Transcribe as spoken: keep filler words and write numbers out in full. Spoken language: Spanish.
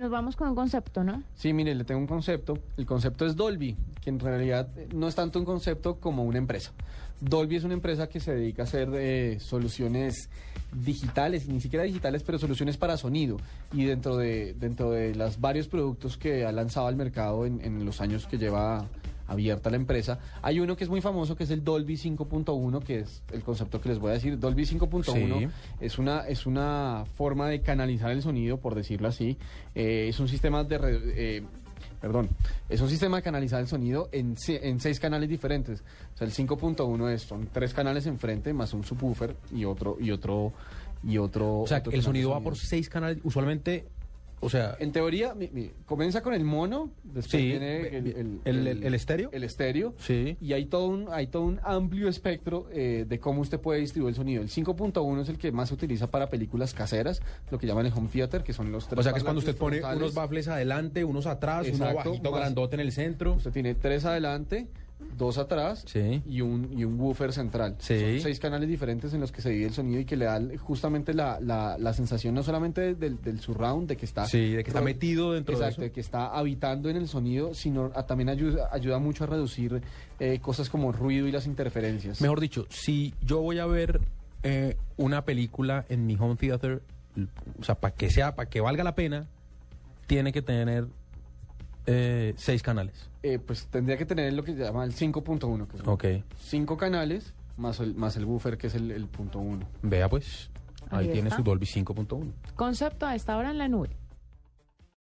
Nos vamos con un concepto, ¿no? Sí, mire, le tengo un concepto. El concepto es Dolby, que en realidad no es tanto un concepto como una empresa. Dolby es una empresa que se dedica a hacer eh, soluciones digitales, ni siquiera digitales, pero soluciones para sonido. Y dentro de dentro de los varios productos que ha lanzado al mercado en, en los años que lleva abierta la empresa, hay uno que es muy famoso, que es el Dolby cinco punto uno, que es el concepto que les voy a decir. Dolby cinco punto uno Sí. es una es una forma de canalizar el sonido, por decirlo así. Eh, es un sistema de re- eh, perdón, es un sistema de canalizar el sonido en, se- en seis canales diferentes. O sea, el cinco punto uno es son tres canales enfrente más un subwoofer y otro y otro y otro. O sea, otro el canal de sonido va por seis canales, usualmente, o sea, En teoría, mi- mi- comienza con el mono, después Sí, viene el, el- el- el estéreo. El estéreo. Sí. Y hay todo un, hay todo un amplio espectro eh, de cómo usted puede distribuir el sonido. El cinco punto uno es el que más se utiliza para películas caseras, lo que llaman el home theater, que son los tres o sea que es cuando usted parlantes pone frontales. unos baffles adelante, unos atrás, uno Exacto, bajito, más- grandote en el centro. Usted tiene tres adelante, dos atrás Sí. y un y un woofer central. Sí. Son seis canales diferentes en los que se divide el sonido y que le da justamente la, la, la sensación no solamente del, del surround, de que está... Sí, de que está ro- metido dentro de Exacto, eso. de que está habitando en el sonido, sino a- también ayuda, ayuda mucho a reducir eh, cosas como ruido y las interferencias. Mejor dicho, si yo voy a ver eh, una película en mi home theater, l- o sea, para que sea, para que valga la pena, tiene que tener eh, seis canales. Eh, pues tendría que tener lo que se llama el cinco punto uno, que son Ok. cinco canales más el, más el buffer, que es el, el punto uno. Vea pues, ahí, Ahí tiene está. su Dolby cinco punto uno. Concepto a esta hora en la nube.